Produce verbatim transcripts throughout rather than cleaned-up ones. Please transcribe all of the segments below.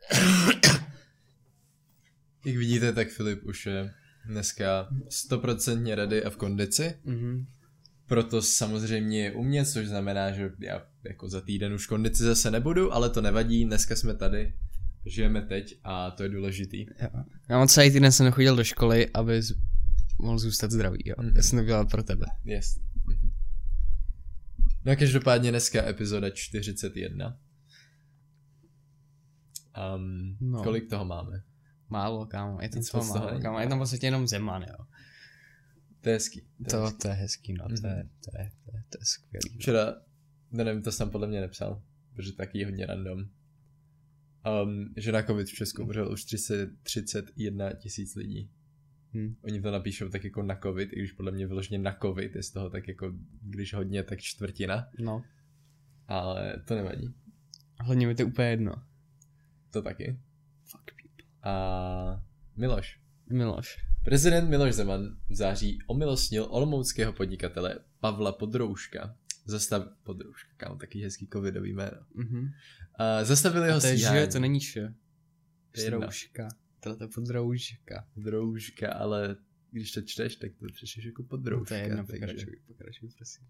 Jak vidíte, tak Filip už je dneska stoprocentně ready a v kondici. Mm-hmm. Proto samozřejmě je u mě, což znamená, že já jako za týden už kondici zase nebudu, ale to nevadí, dneska jsme tady, žijeme teď a to je důležitý. Jo. Já mám celý týden jsem nechodil do školy, aby mohl zůstat zdravý, jo. Mm-hmm. Já jsem to dělal pro tebe. Yes. Mm-hmm. No a každopádně dneska epizoda čtyřicet jedna. Um, no. Kolik toho máme? Málo, kámo, je to co málo, kámo, je tam v podstatě jenom Zeman, jo. To je hezký. To, to, hezký. to je hezký, no, mm-hmm. to, je, to, je, to, je, to je skvělý. Včera, nevím, to jsem podle mě nepsal, protože taky hodně random, um, že na covid v Česku umřelo už třicet jedna tisíc lidí. Hmm. Oni to napíšou tak jako na covid, i když podle mě vyloženě na covid je z toho tak jako, když hodně, tak čtvrtina. No. Ale to nevadí. Hlavně mi to úplně jedno. To taky. Fuck people. A Miloš. Miloš. Prezident Miloš Zeman v září omilostnil olomouckého podnikatele Pavla Podrouška. Zastav... Podrouška, kámo, taky hezký covidový jméno. Mhm. A zastavili ho to stíhání. je že, to není še. Podrouška. Tohle to je Podrouška. Podrouška, ale když to čteš, tak to přečteš jako Podrouška. No to je jedno, takže... pokračuj, pokračuj, prosím.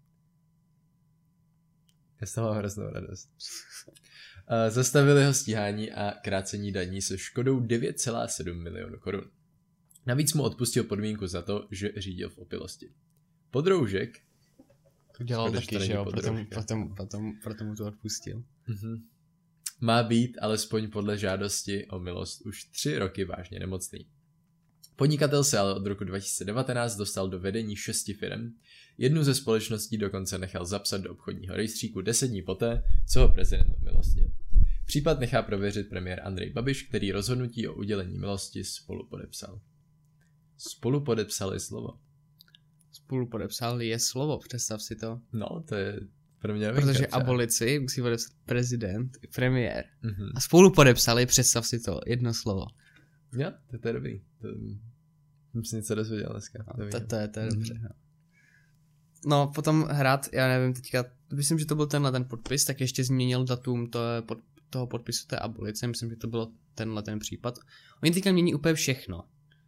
Já z toho mám hroznou radost. A zastavili ho stíhání a krácení daní se škodou devět celá sedm milionů korun. Navíc mu odpustil podmínku za to, že řídil v opilosti. Podroužek to dělal taky, že jo, potom, potom, potom, potom mu to odpustil. Mm-hmm. Má být alespoň podle žádosti o milost už tři roky vážně nemocný. Podnikatel se ale od roku dva tisíce devatenáct dostal do vedení šesti firem. Jednu ze společností dokonce nechal zapsat do obchodního rejstříku deset dní poté, co ho prezident omilostnil. Případ nechá prověřit premiér Andrej Babiš, který rozhodnutí o udělení milosti spolu podepsal. Spolu podepsali slovo. Spolu podepsali je slovo, představ si to. No, to je pro mě Protože třeba. Abolici musí podepsat prezident, premiér. Mm-hmm. A spolu podepsali, představ si to, jedno slovo. Jo, to, to je dobrý. To, jsem si něco dozvěděl dneska. No, to, to je, to je mm-hmm. dobře. No. no, potom hrát, já nevím, teďka, myslím, že to byl tenhle ten podpis, tak ještě změnil datum to, pod, toho podpisu té abolice, myslím, že to bylo tenhle ten případ. Oni teďka mění úplně všechno.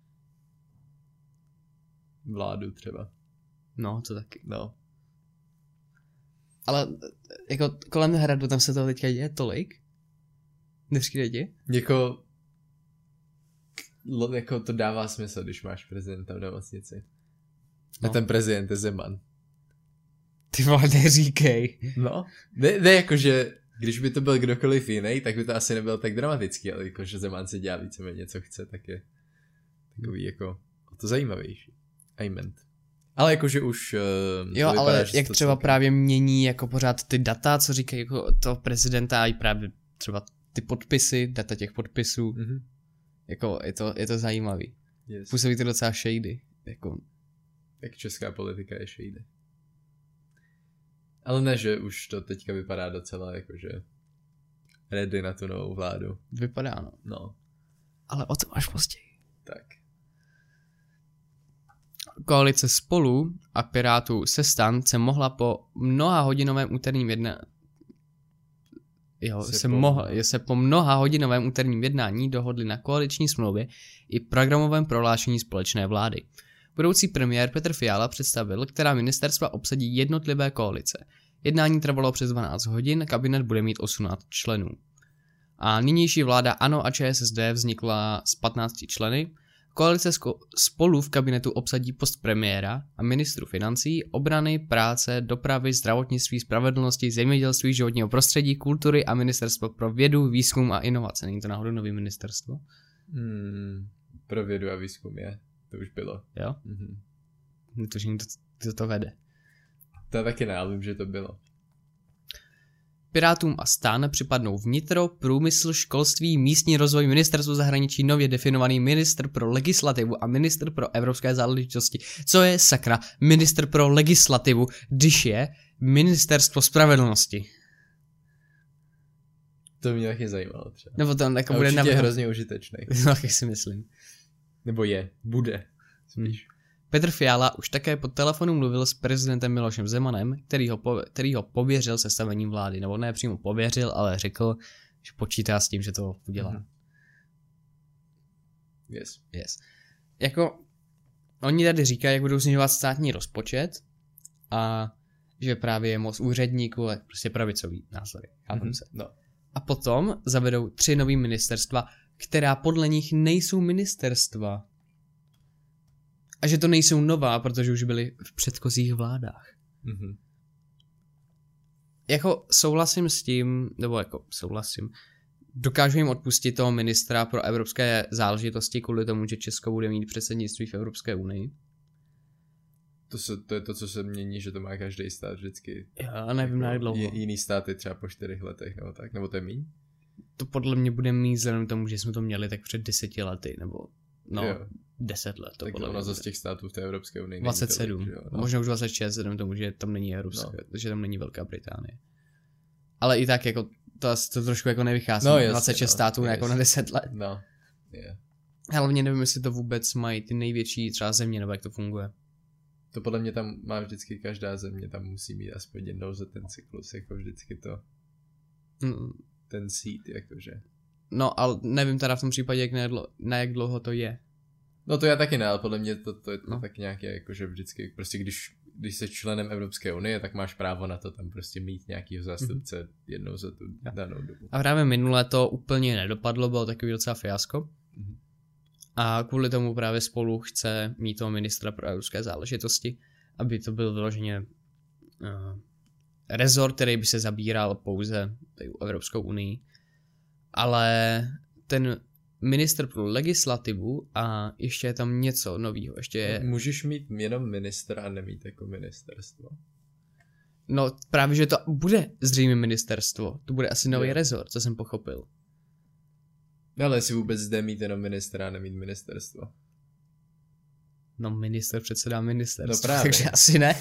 Vládu třeba. No, to taky. No. Ale jako kolem hradu tam se toho teďka děje tolik? Nepřijde ti? Jako, jako to dává smysl, když máš prezidenta v nemocnici. No. A ten prezident je Zeman. Ty vole, neříkej. No, ne, ne jako, že když by to byl kdokoliv jiný, tak by to asi nebylo tak dramatický, ale jako, že Zeman si dělá víceméně co chce, tak je takový jako o to zajímavější. Amen. Ale jakože už... Uh, jo, ale vypadá, jak třeba celkem... právě mění jako pořád ty data, co říkají jako toho prezidenta a i právě třeba ty podpisy, data těch podpisů. Mm-hmm. Jako je to, je to zajímavý. Yes. Působí to docela shady. Jako... Jak česká politika je shady. Ale ne, že už to teďka vypadá docela jakože ready na tu novou vládu. Vypadá, no. No. Ale o tom až později. Tak. Koalice Spolu a Pirátů se STAN se mohla po mnoha hodinovém úterním jednání jo, se, se, po... mohla, se po mnoha hodinovém úterním jednání dohodli na koaliční smlouvě i programovém prohlášení společné vlády. Budoucí premiér Petr Fiala představil, která ministerstva obsadí jednotlivé koalice. Jednání trvalo přes dvanáct hodin, kabinet bude mít osmnáct členů. A nynější vláda ANO a ČSSD vznikla z patnácti členy. Koalice Spolu v kabinetu obsadí post premiéra a ministru financí, obrany, práce, dopravy, zdravotnictví, spravedlnosti, zemědělství, životního prostředí, kultury a ministerstvo pro vědu, výzkum a inovace. Není to náhodou nový ministerstvo? Hmm, pro vědu a výzkum je. To už bylo. Jo? Mhm. To, že to, to, to vede. To taky ne, ale vím, že to bylo. Pirátům a STAN připadnou vnitro, průmysl, školství, místní rozvoj, ministerstvo zahraničí, nově definovaný ministr pro legislativu a ministr pro evropské záležitosti. Co je sakra ministr pro legislativu, když je ministerstvo spravedlnosti? To mě taky zajímalo třeba. Nebo to jako bude určitě na... hrozně užitečný. No, jak si myslím. Nebo je, bude. Spíš. Hmm. Petr Fiala už také po telefonu mluvil s prezidentem Milošem Zemanem, který ho, po, který ho pověřil sestavením vlády. Nebo ne přímo pověřil, ale řekl, že počítá s tím, že to udělá. Mm-hmm. Yes. Yes. Jako, oni tady říkají, jak budou snižovat státní rozpočet a že právě je moc úředníků, ale prostě pravicový názory. Mm-hmm. se. No. A potom zavedou tři nový ministerstva, která podle nich nejsou ministerstva. A že to nejsou nová, protože už byly v předchozích vládách. Mm-hmm. Jako souhlasím s tím, nebo jako souhlasím, dokážu jim odpustit toho ministra pro evropské záležitosti kvůli tomu, že Česko bude mít předsednictví v Evropské unii. To, se, to je to, co se mění, že to má každý stát vždycky. Já nevím, jako, jak dlouho. Je, jiný státy třeba po čtyřech letech, nebo tak, nebo to je míň? To podle mě bude mít vzhledem tomu, že jsme to měli tak před deseti lety, nebo no, jo. deset let. To tak podle ono mě z těch států v té Evropské unii dvacet sedm, tolik, jo, no. Možná už dvacet šest, vzhledem tomu, že tam není Rusko, no. že tam není Velká Británie. Ale i tak jako to, to trošku jako nevychází. No, jasně, dvacet šest no, států jasně. jako na deset let. No, yeah. Hlavně nevím, jestli to vůbec mají ty největší třeba země, nebo jak to funguje. To podle mě tam má vždycky každá země, tam musí mít aspoň jednou za ten cyklus, jako vždycky to, Mm. ten seed, jakože. No, ale nevím teda v tom případě, jak na, na jak dlouho to je. No to já taky ne, ale podle mě to, to je to No. tak nějaké, jakože vždycky, prostě když, když jsi členem Evropské unie, tak máš právo na to tam prostě mít nějakýho zástupce mm-hmm. jednou za tu danou dobu. A právě minule to úplně nedopadlo, bylo takový docela fiasko. Mm-hmm. A kvůli tomu právě spolu chce mít toho ministra pro evropské záležitosti, aby to byl vyloženě uh, rezort, který by se zabíral pouze Evropskou unii. Ale ten ministr pro legislativu a ještě je tam něco novýho. Ještě je... Můžeš mít jenom ministra a nemít jako ministerstvo. No právě, že to bude zřejmě ministerstvo. To bude asi nový Jo. rezort, co jsem pochopil. No ale jestli vůbec jde mít jenom ministra a nemít ministerstvo. No minister předsedá ministerstvo, No právě. takže asi ne.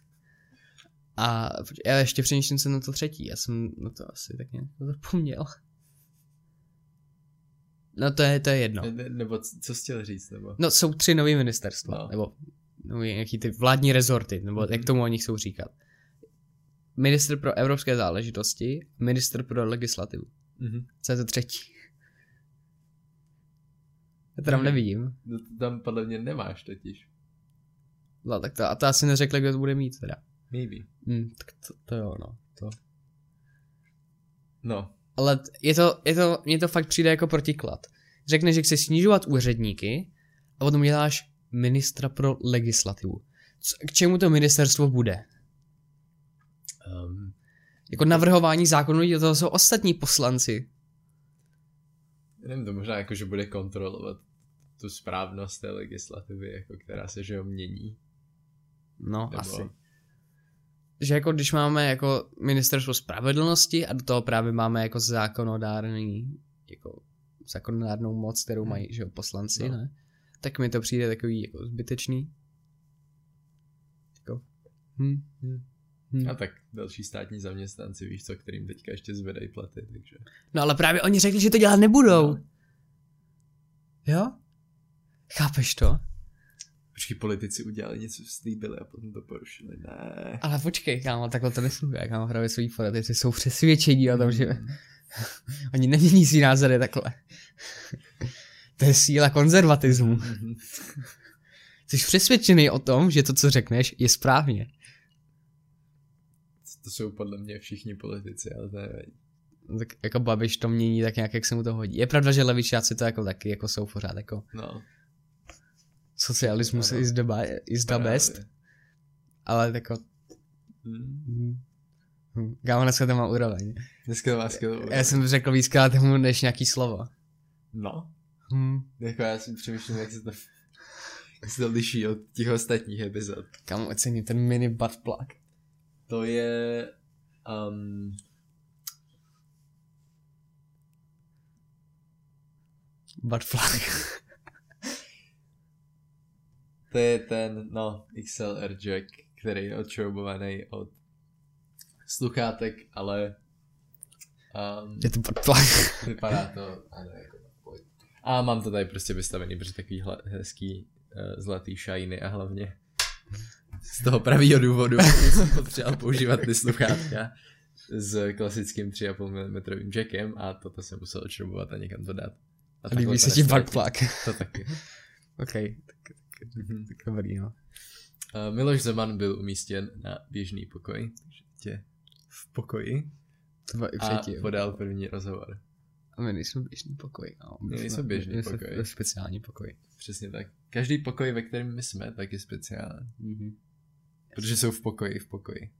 A já ještě přemýšlím se na to třetí, já jsem na to asi tak nějak zapomněl. No to je, to je jedno. Ne, nebo c- co jsi chtěl říct, nebo? No jsou tři nový ministerstva, No. nebo no, nějaký ty vládní rezorty, nebo Mhm. jak tomu oni chcou říkat. Ministr pro evropské záležitosti, ministr pro legislativu. Mhm. Co je to třetí? Já to tam Mhm. nevidím. No, to tam podle mě nemáš totiž. No tak to, a to asi neřekli, kdo to bude mít teda. Maybe. Hm, tak to, to jo, no. To. No. Ale je to, je to, mně to fakt přijde jako protiklad. Řekneš, že chceš snižovat úředníky a potom děláš ministra pro legislativu. Co, k čemu to ministerstvo bude? Um, Jako navrhování zákonů, to jsou ostatní poslanci. nevím, to možná jako, že bude kontrolovat tu správnost té legislativy, jako která se, že jo, mění. No, Nebo... asi. Že jako když máme jako ministerstvo spravedlnosti a do toho právě máme jako zákonodárný, jako zákonodárnou moc, kterou mají, že jo, poslanci, No. ne? Tak mi to přijde takový jako zbytečný. Jako, hm, hm, hm. A tak další státní zaměstnanci, víš co, kterým teďka ještě zvedají platy, takže... No ale právě oni řekli, že to dělat nebudou. No. Jo? Chápeš to? Počkej, politici udělali něco, slíbili a potom to porušili. Ne. Ale počkej, kámo, takhle to nefunguje, kámo, hravě svojí politici jsou přesvědčení o tom, že oni nemění svý názory takhle. To je síla konzervatismu. Mhm. Jsi přesvědčený o tom, že to, co řekneš, je správně. To jsou podle mě všichni politici, ale to nevadí. Tak jako Babiš to mění tak nějak, jak se mu to hodí. Je pravda, že levičáci to jako taky jako jsou pořád jako No. socialismus Ano. is the, ba- is the Právě. best. Ale jako Hmm. hm, kámo, dneska to má úroveň. Dneska vás skvělou. Já jsem řekl víckrát tomu než nějaký slovo. No. Hm. Jako já si přemýšlím, jak se to, jak se to liší od těch ostatních epizod. Kámo, ocením ten mini butt plug. To je... Um, Butt plug. to je ten, no, X L R jack, který je odšroubovaný od sluchátek, ale um, Je to butt plug. vypadá to, ano, jako pojď. A mám to tady prostě vystavený, protože takový hla, hezký uh, zlatý shiny a hlavně z toho pravýho důvodu jsem potřeboval používat ty sluchátka s klasickým tři a půl milimetrovým jackem a toto jsem musel odšroubovat a někam to dát. A líbí se ti backpack. To taky. OK, tak, tak, mm-hmm. tak dobrý, no. Uh, Miloš Zeman byl umístěn na běžný pokoj, tě v pokoji a podal první rozhovor. A my nejsme běžný pokoj. No. My nejsme běžný my pokoj. Jsme speciální pokoj. Přesně tak. Každý pokoj, ve kterém my jsme, tak je speciální. Mm-hmm. Protože jsou v pokoji, v pokoji.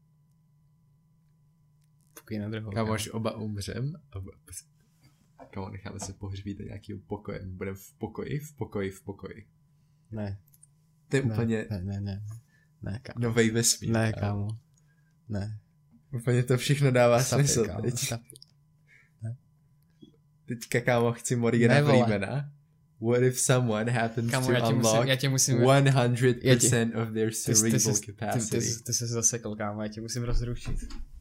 Pokoj na druhou. Kámo, až oba umřem, kámo, necháme se pohřbít do nějakého pokoje. Budeme v pokoji, v pokoji, v pokoji. Ne. To je ne, úplně ne, ne, ne, ne, kámo. Novej vesmír. Ne, kámo. Ne. Úplně to všechno dává Stapy, smysl kámo, teď. stapy. Ne. Teďka, kámo, chci Morgana Freemana. What if someone happens kámo, to já unlock musím, já tě musím, one hundred percent tě, of their cerebral ty, ty, capacity? Ty, ty, ty jsi se zasekl, kámo, já tě musím rozrušit.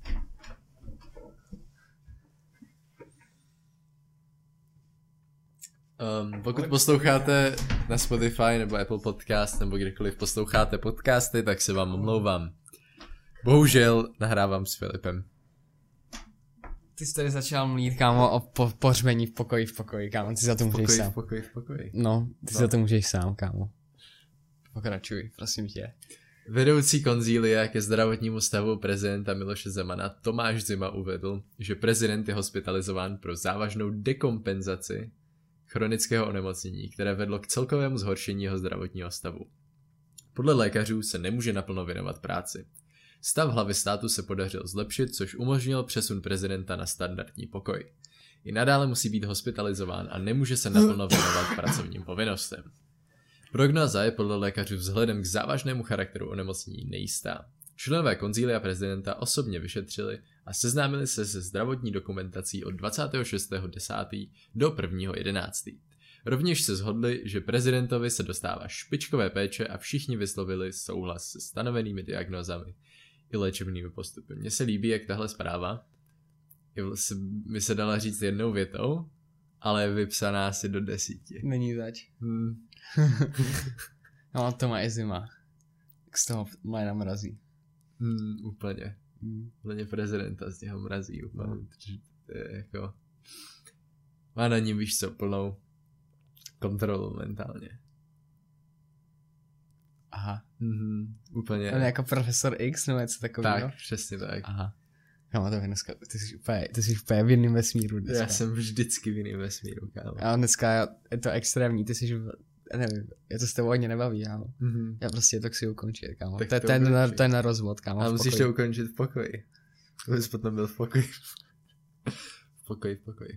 Um, pokud posloucháte na Spotify nebo Apple Podcast nebo kdekoliv posloucháte podcasty, tak se vám omlouvám. Bohužel nahrávám s Filipem. Ty jsi tady začal mlít, kámo, o po, pohřbení v pokoji, v pokoji, kámo, ty za to můžeš pokoji, sám. V pokoji, v pokoji. No, ty no. za to můžeš sám, kámo. Pokračuj, prosím tě. Vedoucí konzília ke zdravotnímu stavu prezidenta Miloše Zemana Tomáš Zima uvedl, že prezident je hospitalizován pro závažnou dekompenzaci chronického onemocnění, které vedlo k celkovému zhoršení jeho zdravotního stavu. Podle lékařů se nemůže naplno věnovat práci. Stav hlavy státu se podařil zlepšit, což umožnilo přesun prezidenta na standardní pokoj. I nadále musí být hospitalizován a nemůže se naplno věnovat pracovním povinnostem. Prognoza je podle lékařů vzhledem k závažnému charakteru onemocnění nejistá. Členové konzília prezidenta osobně vyšetřili a seznámili se se zdravotní dokumentací od dvacátého šestého desátého do prvního jedenáctého Rovněž se shodli, že prezidentovi se dostává špičkové péče a všichni vyslovili souhlas se stanovenými diagnózami i léčebnými postupy. Mně se líbí, jak tahle zpráva mi se dala říct jednou větou, ale je vypsaná asi do desíti. Není zač. Hmm. No, to má i Zima. Tak z toho mě mrazí. Hmm, úplně. Hmm. Hlavně prezidenta z něho mrazí úplně. No. To je jako... Má na ní, víš co, plnou kontrolu mentálně. Aha. Mhm, úplně. On je jako profesor X nebo něco takového? Tak, přesně tak. Aha. Kámo, to je dneska, ty jsi úplně, ty jsi úplně v jiném vesmíru dneska. Já jsem vždycky v jiném vesmíru, kámo. A dneska je to extrémní, ty jsi, nevím, já to s tebou hodně nebaví, kámo. Mm-hmm. Já prostě to chci ukončit, kámo. To, to, to, je na, to je na rozvod, kámo. A musíš to ukončit v pokoji. To bys potom byl v pokoji. V pokoji, v pokoji.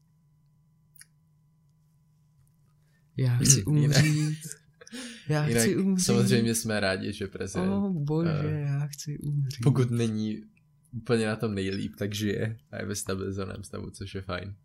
Já chci umřít. Já Jinak chci umřít. Samozřejmě jsme rádi, že prezident... Oh bože, uh, já chci umřít. Pokud není úplně na tom nejlíp, tak žije a je ve stabilizovaném stavu, což je fajn.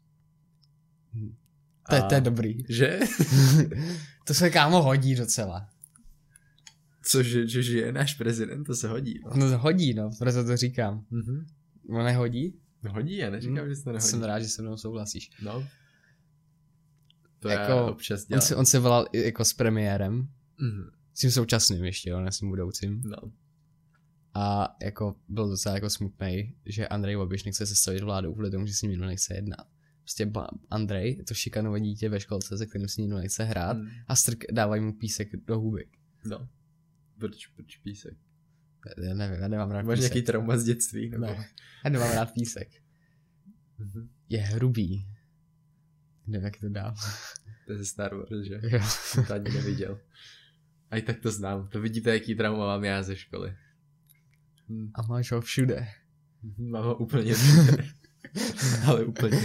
To je, to je dobrý. Že? To se, kámo, hodí docela. Cože, že žije náš prezident, to se hodí. No, no hodí, no, proto to říkám. Mm-hmm. No nehodí? No hodí, já neříkám, mm. že se to nehodí. Jsem rád, že se mnou souhlasíš. No. To jako, já občas dělám. On se, on se volal jako s premiérem. Mm-hmm. S tím současným ještě, jo, ne s tím budoucím. No. A jako byl docela jako smutnej, že Andrej Babiš nechce sestavit vládu kvůli tomu, že si nikdo nechce jednat. Prostě ba- Andrej, je to šikanové dítě ve školce, se kterým si nikdo nechce hrát mm. a strk dávají mu písek do huby. No. Proč, proč písek? Já nevím, já nemám rád Máš písek. nějaký trauma z dětství? Nebo? Ne, já nemám rád písek. Mm-hmm. Je hrubý. Nevím, jak to dám. To je ze Star Wars, že? Jo. Jsem to ani neviděl. A i tak to znám. To vidíte, jaký trauma mám já ze školy. Hm. A máš ho všude. Mám ho úplně všude. Ale úplně.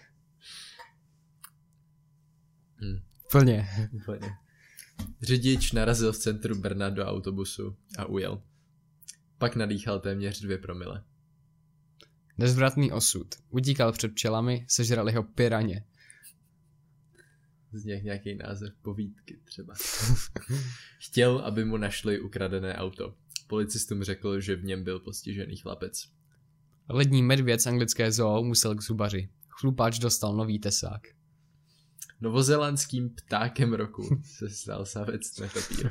Hm. Plně. Úplně. Řidič narazil v centru Brna do autobusu a ujel. Pak nadýchal téměř dvě promile. Nezvratný osud. Utíkal před pčelami, sežrali ho piraně. Z něj nějaký název povídky třeba. Chtěl, aby mu našli ukradené auto. Policistům řekl, že v něm byl postižený chlapec. Lední medvěd z anglické zoo musel k zubaři. Chlupáč dostal nový tesák. Novozélandským ptákem roku se stal savec netopír.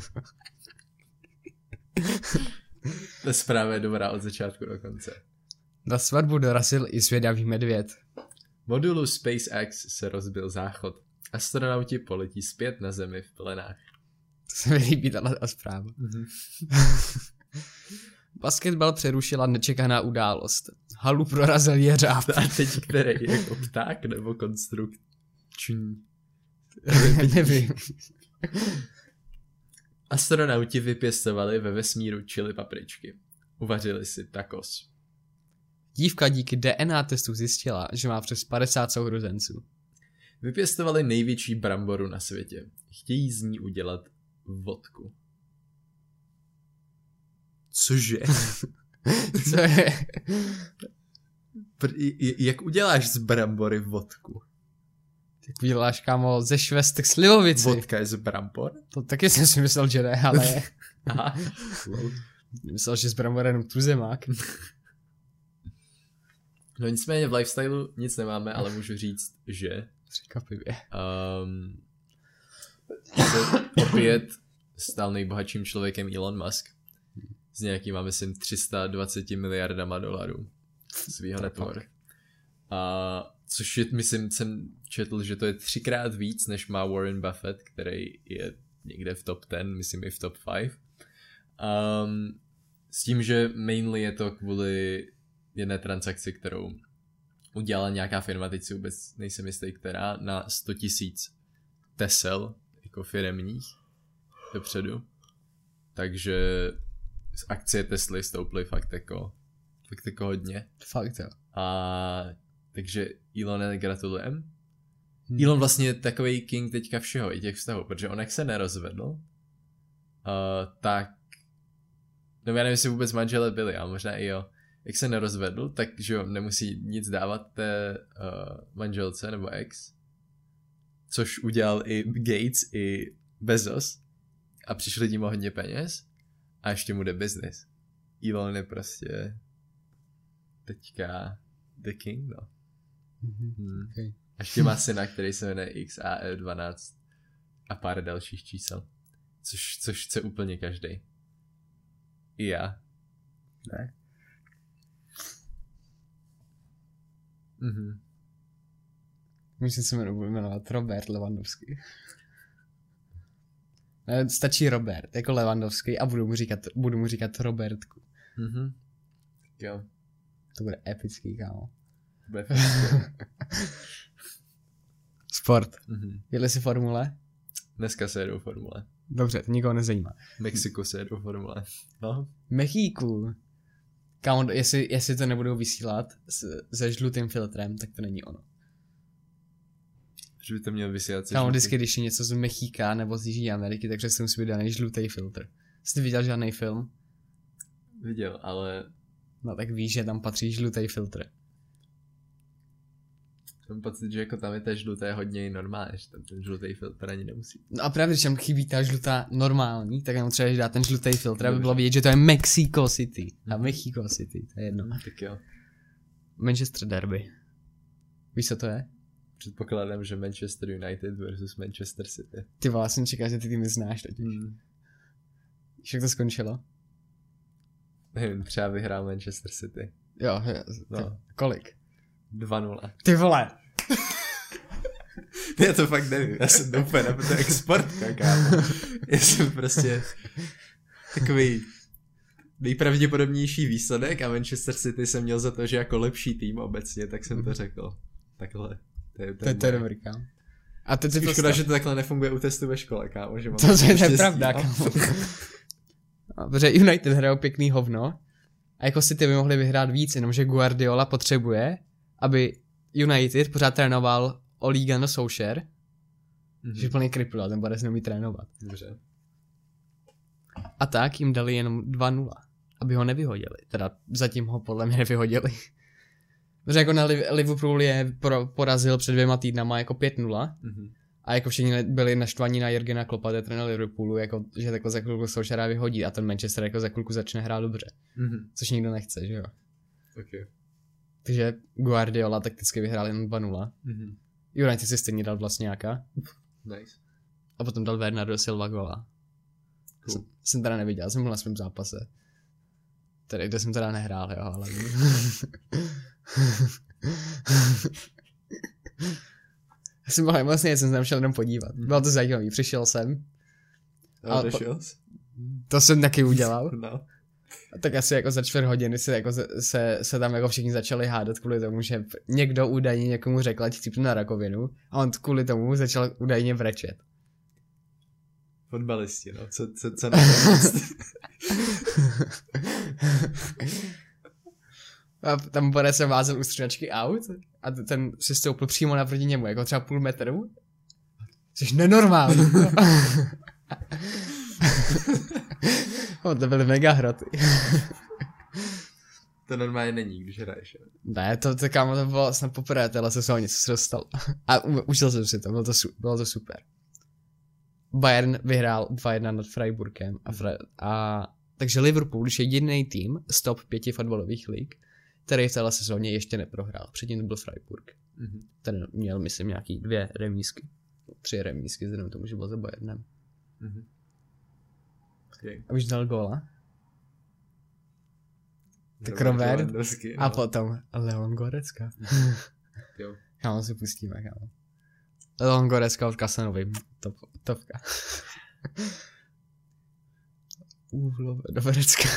Ta zpráva je dobrá od začátku do konce. Na svatbu dorazil i zvědavý medvěd. Modulu SpaceX se rozbil záchod. Astronauti poletí zpět na Zemi v plenách. To se mi líbí tato zpráva. Mm-hmm. Basketbal přerušila nečekaná událost. Halu prorazil jeřáb. A teď který? Jako pták nebo konstrukt? Čuň. Nevím. Astronauti vypěstovali ve vesmíru chili papričky. Uvařili si tacos. Dívka díky D N A testu zjistila, že má přes padesát sourozenců. Vypěstovali největší bramboru na světě. Chtějí z ní udělat vodku. Cože? Co je? Pr- jak uděláš z brambory vodku? Tak uděláš, kámo, ze švestek slivovici. Vodka je z brambor? To taky jsem si myslel, že ne, ale... Aha. Myslel, že z brambor jenom tuzemák. No nicméně v lifestylu nic nemáme, ale můžu říct, že... Překvapivě. Um, se opět stal nejbohatším člověkem Elon Musk. S nějakýma, myslím, tři sta dvacet miliardama dolarů svýho net worth. A což je, myslím, jsem četl, že to je třikrát víc, než má Warren Buffett, který je někde v top deset, myslím i v top pět. Um, s tím, že mainly je to kvůli jedné transakci, kterou udělala nějaká firma, teď si vůbec nejsem jistý, která, na sto tisíc Tesel, jako firemních, dopředu. Takže z akcie Tesly stouply fakt jako, fakt jako hodně. Fakt jo. A takže Elone gratulujem. Hmm. Elon vlastně je takovej king teďka všeho, i těch vztahů, protože on jak se nerozvedl, uh, tak, no já nevím, jestli vůbec manželé byli, a možná i jo, jak se nerozvedl, tak že jo, nemusí nic dávat té uh, manželce nebo ex, což udělal i Gates, i Bezos a přišli tím o hodně peněz a ještě mu jde business. Elon je prostě teďka the king, no. Mm-hmm. Hmm. Okay. A ještě má syna, který se jmenuje X A E dvanáct a pár dalších čísel. Což, což chce úplně každý. I já. Ne. Mhm. Myslím, že se jmenuje jmenovat Robert Lewandowski. Ne, stačí Robert, jako Lewandowski a budu mu říkat, budu mu říkat Robertku. Mhm. Jo. To bude epický, kámo. Bude Sport. mhm. Jedli si formule? Dneska se jedou formule. Dobře, to nikoho nezajímá. V Mexiku se jedou formule. No. Mexíku. Kámo, jestli, jestli to nebudou vysílat s, se žlutým filtrem, tak to není ono. Že by to měl vysílat. Kámo, vždycky, když je něco z Mexíka nebo z Jižní Ameriky, takže se musí být daný žlutý filtr. Jsi viděl žádný film? Viděl, ale No tak víš, že tam patří žlutý filtr. mám pocit, že jako tam je ta žluté hodně normálně, že tam ten žlutý filtr ani nemusí. No a právě, když tam chybí ta žlutá normální, tak nám třeba dát ten žlutý filtr, aby bylo vidět, že to je Mexico City. A Mexico City, to je jedno. Tak jo. Manchester Derby. Víš, co to je? Předpokládám, že Manchester United versus Manchester City. Ty vole, já jsem čekal, že ty týmy znáš totiž. Hmm. Víš, jak to skončilo? Nevím, třeba vyhrál Manchester City. Jo, jo No. ty, kolik? dva nula. Ty vole! Já to fakt nevím, já jsem úplně na to exportka, kámo. Já jsem prostě takový nejpravděpodobnější výsledek a Manchester City jsem měl za to, že jako lepší tým obecně, tak jsem to řekl. Takhle. To je, to To je, to je dobrý, kámo. A teď si to škoda, že to takhle nefunguje u testu ve škole, kámo. Že mám To, to je štěstí, pravda, no. kámo. No, protože United hrajou pěkný hovno a jako City by mohli vyhrát víc, jenomže Guardiola potřebuje, aby United pořád trénoval Ole Gunnar Solskjaer, Mhm. že je plný kripl a ten bude neumí trénovat. Dobře. A tak jim dali jenom dva nula, aby ho nevyhodili. Teda zatím ho podle mě nevyhodili. Protože jako na Liverpool je pro, porazil před dvěma týdnama jako pět nula Mhm. a jako všichni byli naštvaní na Jurgena Kloppa, to je trenér Liverpoolu, jako, že takhle za chvilku Solskjaera vyhodí a ten Manchester jako za chvilku začne hrát dobře. Mhm. Což nikdo nechce, že jo. Okay. Takže Guardiola takticky vyhrál jen dva nula. Mhm. United si stejně dal Vlastňáka Nice. a potom dal Bernardo Silva gola. Cool. Jsem, jsem teda neviděl, jsem byl na svém zápase. Tady, kde jsem teda nehrál, jo, ale... Já jsem mohl vlastně, jsem se tam šel jenom podívat. Bylo to zajímavý, přišel jsem. A odešel jsi? To jsem taky udělal. No. Tak asi jako za čtvrt hodiny se, jako se, se, se tam jako všichni začali hádat kvůli tomu, že někdo údajně někomu řekl, ať chcípne na rakovinu a on kvůli tomu začal údajně brečet. Fotbalisti, no. Co, co, co nevědět. A tam bude se vázel u střídačky aut a ten si stoupil přímo naproti němu, jako třeba půl metru. Jsi nenormální. O, to byly mega hroty. To normálně není, když hraješ. Jo? Ne, to, to kámo, to bylo snad poprvé, tohle se něco se dostalo. A u, užil jsem si to, bylo to, bylo to super. Bayern vyhrál dva jedna nad Freiburgem. A, Fre- a takže Liverpool už je jediný tým z top pěti fotbalových lig, který v téhle sezóně ještě neprohrál. Předtím to byl Freiburg. Mm-hmm. Ten měl, myslím, nějaký dvě remízky. Tři remízky, vzhledem tomu, že byl za Bayernem. Mm-hmm. Okay. A už dal góla. Tak Robert a potom Leon Gorecka. Jo. Kámo, si pustíme, kámo. Leon Gorecka od Kasanovi. Top, topka. Úhlové do Gorecka.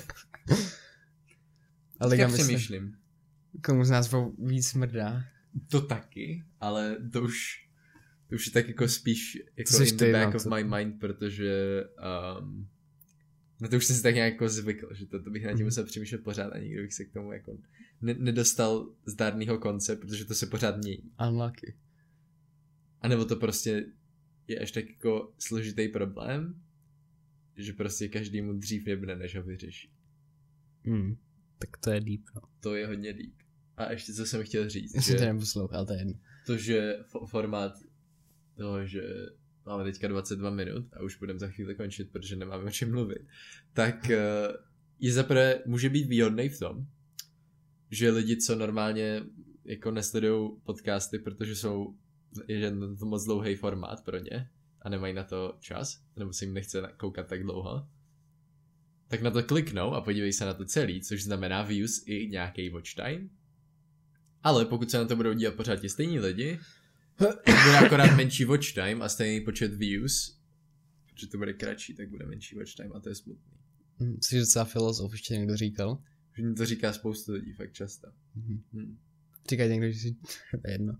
Ale já přemýšlím. Komu z nás víc smrdá? To taky, ale to už to už je tak jako spíš jako in the back of my mind, protože um, no to už jsem si tak nějak jako zvykl, že to, to bych na tím musel přemýšlet pořád a nikdo bych se k tomu jako ne- nedostal zdárného konce, protože to se pořád mění. Unlucky. A nebo to prostě je až tak jako složitý problém, že prostě každému dřív jebne, než ho vyřeší. Hmm. Tak to je deep, no. To je hodně deep. A ještě co jsem chtěl říct, Já že jsem to neposlouchal, to je jedno. To, že f- formát toho, že máme teďka dvacet dva minut a už budeme za chvíli končit, protože nemáme o čem mluvit, tak je zaprvé, může být výhodný v tom, že lidi, co normálně jako nesledujou podcasty, protože jsou, je to moc dlouhý formát pro ně a nemají na to čas, nebo se jim nechce koukat tak dlouho, tak na to kliknou a podívej se na to celý, což znamená views i nějaký watch time. Ale pokud se na to budou dívat pořád ti stejní lidi, bude akorát menší watch time a stejný počet views, protože to bude kratší, tak bude menší watch time a to je smutný. Hmm, jsi docela filozof, ještě někdo říkal? Že mi to říká spoustu lidí, fakt často. Mm-hmm. Hmm. Říká někdo, že si... to je jedno.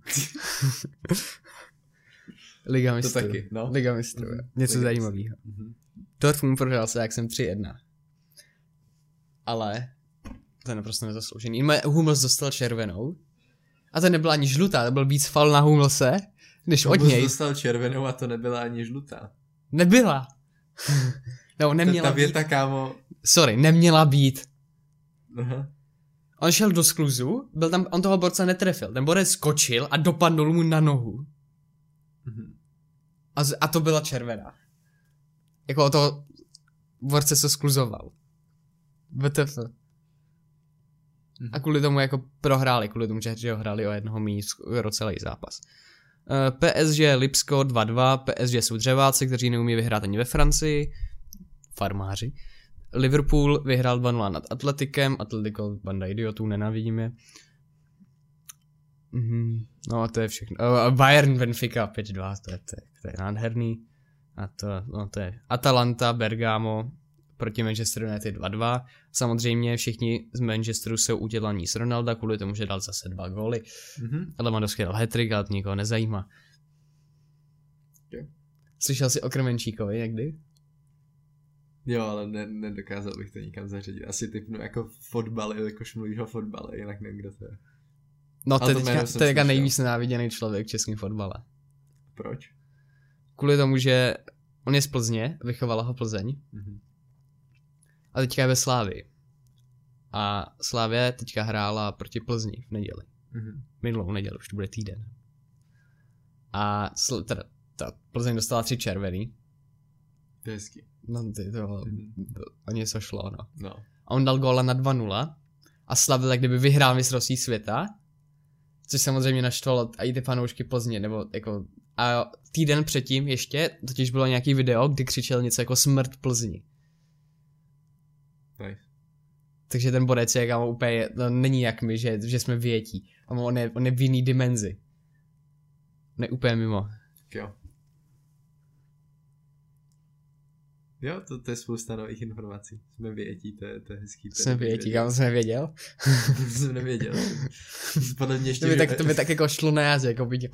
Liga mistrů. To taky, no. Liga mistrů, mm-hmm. Něco Liga zajímavého. Mm-hmm. Dortmund prohrál se, jak jsem tři jedna. Ale to je naprosto nezasloužený. Hummels dostal červenou. A to nebyla ani žlutá, to byl víc faul na Hummelse, než od něj. Dostal červenou a to nebyla ani žlutá. Nebyla. No, neměla ta věta, být. Kámo. Sorry, neměla být. Aha. On šel do skluzu, byl tam, on toho borce netrefil. Ten borec skočil a dopadnul mu na nohu. Mhm. A, z, a to byla červená. Jako o toho borce se skluzoval. W T F. A kvůli tomu jako prohráli, kvůli tomu, že ho hráli o jednoho míň skoro celý zápas. P S G Lipsko dva dva, P S G jsou dřeváci, kteří neumí vyhrát ani ve Francii, farmáři. Liverpool vyhrál dva nula nad Atletikem, Atletico banda idiotů, nenávidíme. Mhm. No a to je všechno. Bayern Benfica pět dva, to je, to je, to je nádherný. A to, no to je Atalanta, Bergamo, proti Manchesteru United dva dva. Samozřejmě všichni z Manchesteru jsou udělaní z Ronalda, kvůli tomu, že dal zase dva góly. Mm-hmm. Ale Lewandowski dal hat-trick, ale to nikoho nezajímá. Okay. Slyšel jsi o Krmenčíkovi někdy? Jo, ale ne, nedokázal bych to nikam zařadit. Asi typnu jako fotbal, jakož mluvíš o fotbale, jinak nevím, kdo to je. No to je teďka nejvíc nenáviděný člověk v českém fotbale. Proč? Kvůli tomu, že on je z Plzně, vychovala ho Plzeň. Mm-hmm. A teďka je ve Slávii. A Slávě teďka hrála proti Plzni v neděli. Mm-hmm. Minulou neděli, už to bude týden. A sl- teda, ta Plzeň dostala tři červený. To je hezký. No ty to, mm-hmm. o něco šlo, no. no. A on dal góla na dva nula a slavil, jak kdyby vyhrál mistrovství světa. Což samozřejmě naštvalo i ty fanoušky Plzně, nebo jako... A týden předtím ještě, totiž bylo nějaký video, kdy křičel něco jako smrt Plzni. Nice. Takže ten borec je kámo úplně, no, není jak my, že, že jsme větí. A on je, on je v jiný dimenzi. Ne úplně mimo. Jo. Jo, to, to je spousta nových informací. Jsme větí, to je, to je hezký. To Jsme větí, kámo, jsem nevěděl. To jsem nevěděl. Podle mě ještě... To by, tak, to by tak jako šlo na jazyk, jako viděl.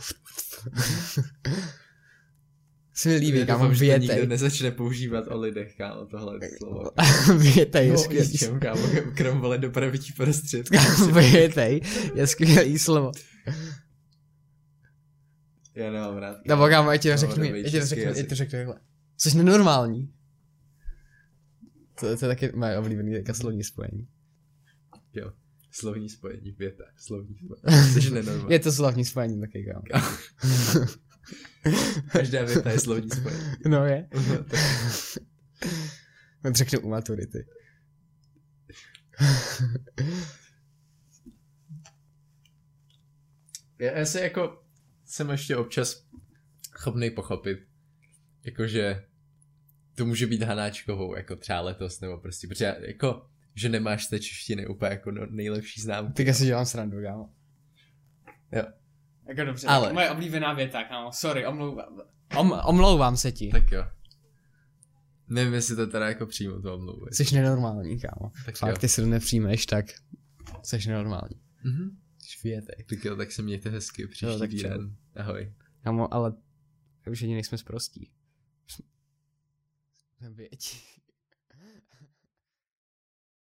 Se mi líbí, kámo, větej. větej. Nikdo nezačne používat o lidech, kámo, tohle slovo. Větej je No, skvělý. čem, kámo, krom vole dopravití prostředky. Větej je skvělý slovo. Já nemám rád. Nebo kámo, já ti to No, řeknu, dobrý já ti to český řeknu, já jazyk. ti to řeknu takhle. Jsi nenormální. To, to je taky moje oblíbený jako slovní spojení. Jo, slovní spojení, věta, slovní spojení. Jsi nenormální. Je to slovní spojení taky, kámo. Každá věta je slovní spojení. No je. On řeknu u maturity. Já, já se jako jsem ještě občas schopný pochopit, jakože to může být Hanáčkovou, jako třeba letos, nebo prostě, protože jako, že nemáš z té češtiny úplně jako no, nejlepší známky. Tak já si dělám srandu, kámo. Jo. Jako dobře, Ale- tak moje oblíbená věta, kámo, sorry, omlouvám. Om, omlouvám se ti. Tak jo. Nevím, jestli to teda jako přijmu, to omlouvu. Jsi nenormální, kámo. Tak Fakt, jo. ty si to nepřijmeš, tak jsi nenormální. Mhm. Jsi větej. Tak jo, tak se mějte hezky Jo, příští tak týden. Ahoj. Kámo, ale už ani nejsme sprostí. Jsme větí.